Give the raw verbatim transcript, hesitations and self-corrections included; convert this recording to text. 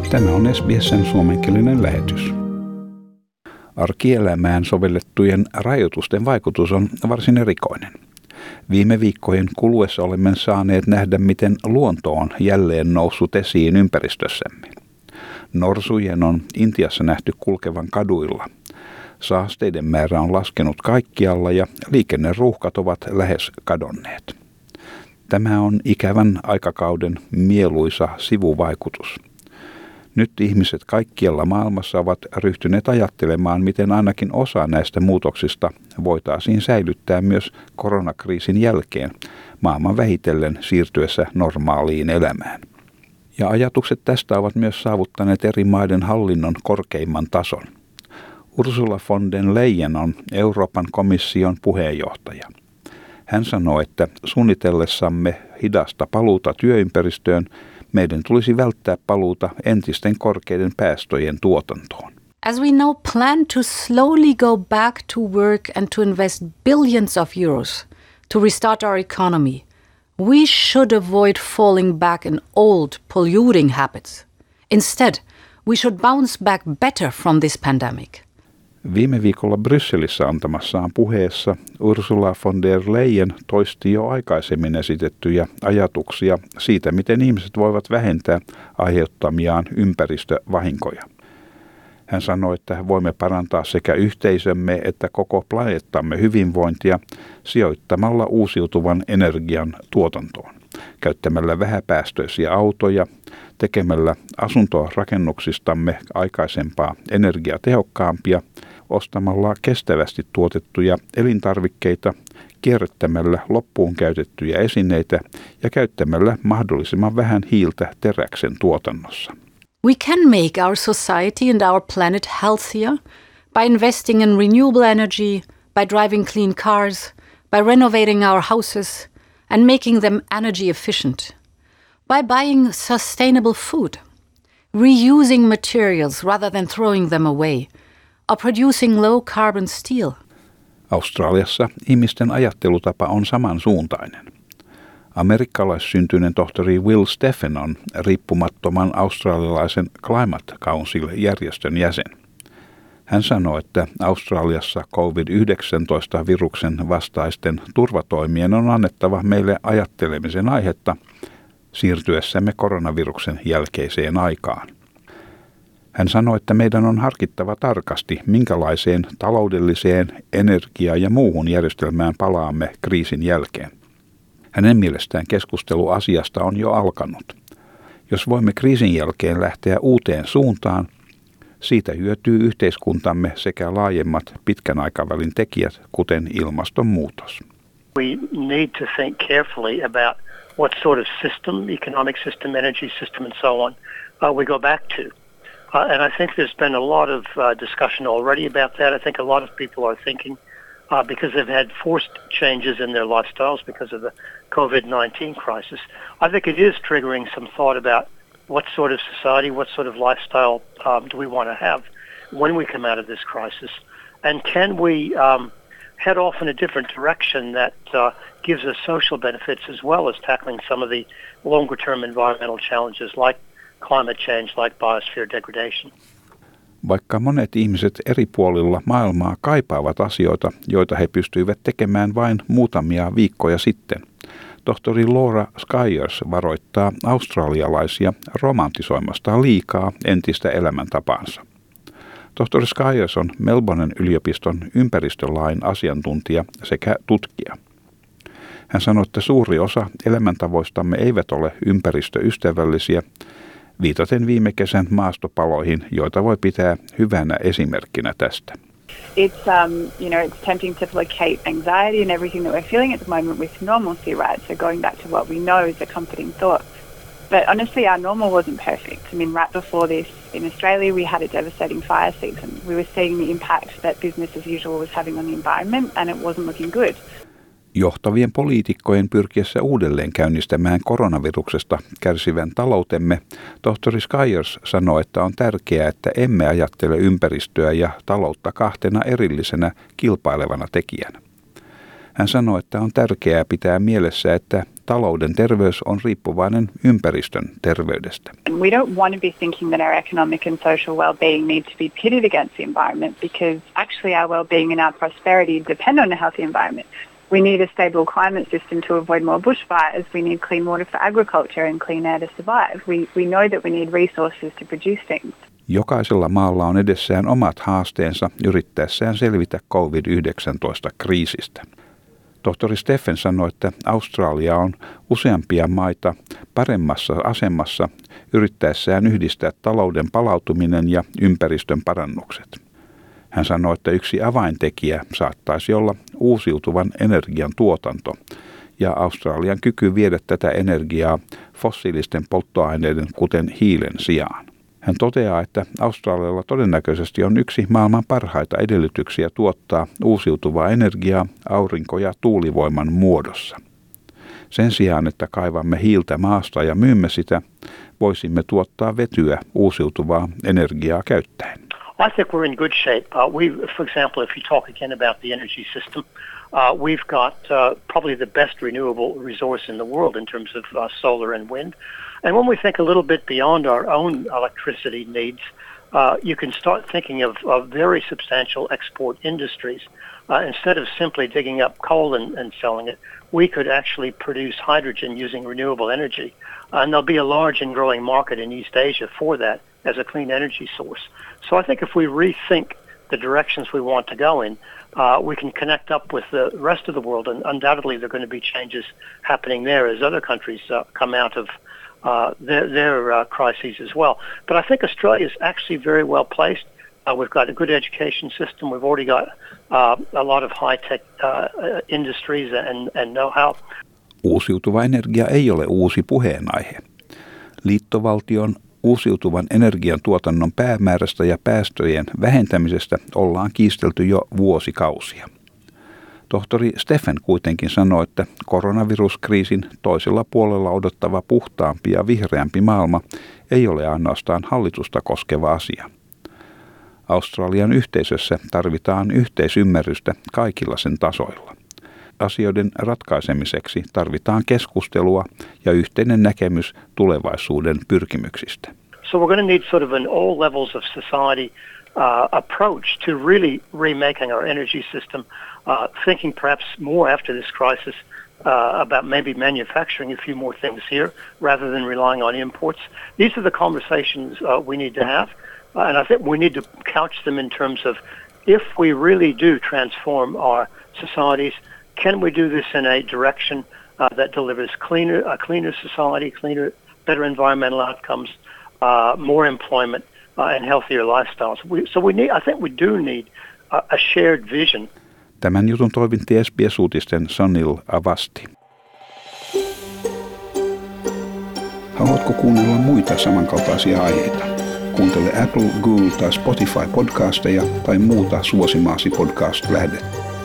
Tämä on S B S:n suomenkielinen lähetys. Arkielämään sovellettujen rajoitusten vaikutus on varsin erikoinen. Viime viikkojen kuluessa olemme saaneet nähdä, miten luonto on jälleen noussut esiin ympäristössämme. Norsujen on Intiassa nähty kulkevan kaduilla. Saasteiden määrä on laskenut kaikkialla ja liikenneruuhkat ovat lähes kadonneet. Tämä on ikävän aikakauden mieluisa sivuvaikutus. Nyt ihmiset kaikkialla maailmassa ovat ryhtyneet ajattelemaan, miten ainakin osa näistä muutoksista voitaisiin säilyttää myös koronakriisin jälkeen maailman vähitellen siirtyessä normaaliin elämään. Ja ajatukset tästä ovat myös saavuttaneet eri maiden hallinnon korkeimman tason. Ursula von der Leyen on Euroopan komission puheenjohtaja. Hän sanoo, että suunnitellessamme hidasta paluuta työympäristöön meidän tulisi välttää paluuta entisten korkeiden päästöjen tuotantoon. As we now plan to slowly go back to work and to invest billions of euros to restart our economy, we should avoid falling back in old polluting habits. Instead, we should bounce back better from this pandemic. Viime viikolla Brysselissä antamassaan puheessa Ursula von der Leyen toisti jo aikaisemmin esitettyjä ajatuksia siitä, miten ihmiset voivat vähentää aiheuttamiaan ympäristövahinkoja. Hän sanoi, että voimme parantaa sekä yhteisömme että koko planeettamme hyvinvointia sijoittamalla uusiutuvan energian tuotantoon, käyttämällä vähäpäästöisiä autoja, tekemällä asuntorakennuksistamme aikaisempaa energiatehokkaampia, ostamalla kestävästi tuotettuja elintarvikkeita, kierrättämällä loppuun käytettyjä esineitä ja käyttämällä mahdollisimman vähän hiiltä teräksen tuotannossa. We can make our society and our planet healthier by investing in renewable energy, by driving clean cars, by renovating our houses and making them energy efficient, by buying sustainable food, reusing materials rather than throwing them away, or producing low-carbon steel. Australiassa ihmisten ajattelutapa on samansuuntainen. Amerikkalaissyntyinen tohtori Will Steffen on riippumattoman australialaisen Climate Council-järjestön jäsen. Hän sanoo, että Australiassa covid yhdeksäntoista-viruksen vastaisten turvatoimien on annettava meille ajattelemisen aihetta siirtyessämme koronaviruksen jälkeiseen aikaan. Hän sanoi, että meidän on harkittava tarkasti, minkälaiseen taloudelliseen, energia- ja muuhun järjestelmään palaamme kriisin jälkeen. Hänen mielestään keskustelu asiasta on jo alkanut. Jos voimme kriisin jälkeen lähteä uuteen suuntaan, siitä hyötyy yhteiskuntamme sekä laajemmat pitkän aikavälin tekijät, kuten ilmastonmuutos. We need to think carefully about what sort of system, economic system, energy system and so on, uh, we go back to. Uh, and I think there's been a lot of uh, discussion already about that. I think a lot of people are thinking uh, because they've had forced changes in their lifestyles because of the covid nineteen crisis. I think it is triggering some thought about what sort of society, what sort of lifestyle um, do we want to have when we come out of this crisis? And can we um, head off in a different direction that uh, gives us social benefits as well as tackling some of the longer-term environmental challenges like climate change, like biosphere degradation. Vaikka monet ihmiset eri puolilla maailmaa kaipaavat asioita, joita he pystyivät tekemään vain muutamia viikkoja sitten, tohtori Laura Skyers varoittaa australialaisia romantisoimasta liikaa entistä elämäntapaansa. Tohtori Skyers on Melbournen yliopiston ympäristölain asiantuntija sekä tutkija. Hän sanoi, että suuri osa elämäntavoistamme eivät ole ympäristöystävällisiä, viitaten viime kesän maastopaloihin, joita voi pitää hyvänä esimerkkinä tästä. It's um, you know, it's tempting to placate anxiety and everything that we're feeling at the moment with normalcy, right? So going back to what we know is a comforting thought. But honestly, our normal wasn't perfect. I mean, right before this, in Australia, we had a devastating fire season. We were seeing the impact that business as usual was having on the environment, and it wasn't looking good. Johtavien poliitikkojen pyrkiessä uudelleen käynnistämään koronaviruksesta kärsivän taloutemme, tohtori Skyers sanoi, että on tärkeää, että emme ajattele ympäristöä ja taloutta kahtena erillisenä kilpailevana tekijänä. Hän sanoi, että on tärkeää pitää mielessä, että talouden terveys on riippuvainen ympäristön terveydestä. We don't want to be thinking that our economic and social well-being need to be pitted against the environment, because actually our well-being and our prosperity depend on a healthy environment. We need a stable climate system to avoid more bushfires. We need clean water for agriculture and clean air to survive. We, we know that we need resources to produce things. Jokaisella maalla on edessään omat haasteensa yrittäessään selvitä covid yhdeksäntoista-kriisistä. Tohtori Steffen sanoi, että Australia on useampia maita paremmassa asemassa yrittäessään yhdistää talouden palautuminen ja ympäristön parannukset. Hän sanoi, että yksi avaintekijä saattaisi olla uusiutuvan energian tuotanto ja Australian kyky viedä tätä energiaa fossiilisten polttoaineiden, kuten hiilen sijaan. Hän toteaa, että Australialla todennäköisesti on yksi maailman parhaita edellytyksiä tuottaa uusiutuvaa energiaa aurinko- ja tuulivoiman muodossa. Sen sijaan, että kaivamme hiiltä maasta ja myymme sitä, voisimme tuottaa vetyä uusiutuvaa energiaa käyttäen. I think we're in good shape. Uh, we, for example, if you talk again about the energy system, uh, we've got uh, probably the best renewable resource in the world in terms of uh, solar and wind. And when we think a little bit beyond our own electricity needs, uh, you can start thinking of, of very substantial export industries. Uh, instead of simply digging up coal and, and selling it, we could actually produce hydrogen using renewable energy. Uh, and there'll be a large and growing market in East Asia for that as a clean energy source. So I think if we rethink the directions we want to go in, uh, we can connect up with the rest of the world, and undoubtedly there are going to be changes happening there as other countries uh, come out of uh, their, their uh, crises as well. But I think Australia is actually very well placed. Uh, we've got a good education system. We've already got uh, a lot of high-tech uh, industries and, and know-how. Uusiutuva energia ei ole uusi puheenaihe. Liittovaltion uusiutuvan energian tuotannon päämäärästä ja päästöjen vähentämisestä ollaan kiistelty jo vuosikausia. Tohtori Steffen kuitenkin sanoi, että koronaviruskriisin toisella puolella odottava puhtaampi ja vihreämpi maailma ei ole ainoastaan hallitusta koskeva asia. Australian yhteisössä tarvitaan yhteisymmärrystä kaikilla sen tasoilla. Asioiden ratkaisemiseksi tarvitaan keskustelua ja yhteinen näkemys tulevaisuuden pyrkimyksistä. So we're going to need sort of an all levels of society uh, approach to really remaking our energy system, uh, thinking perhaps more after this crisis uh, about maybe manufacturing a few more things here rather than relying on imports. These are the conversations uh, we need to have, uh, and I think we need to couch them in terms of if we really do transform our societies, can we do this in a direction uh, that delivers cleaner, a cleaner society, cleaner, better environmental outcomes, uh, more employment, uh, and healthier lifestyles? We, so we need, I think we do need a, a shared vision. Tämän jutun toimitti S B S-uutisten Sunil Avasti. Haluatko kuunnella muita samankaltaisia aiheita? Kuuntele Apple, Google tai Spotify podcasteja tai muuta suosimaasi podcast-lähdettä.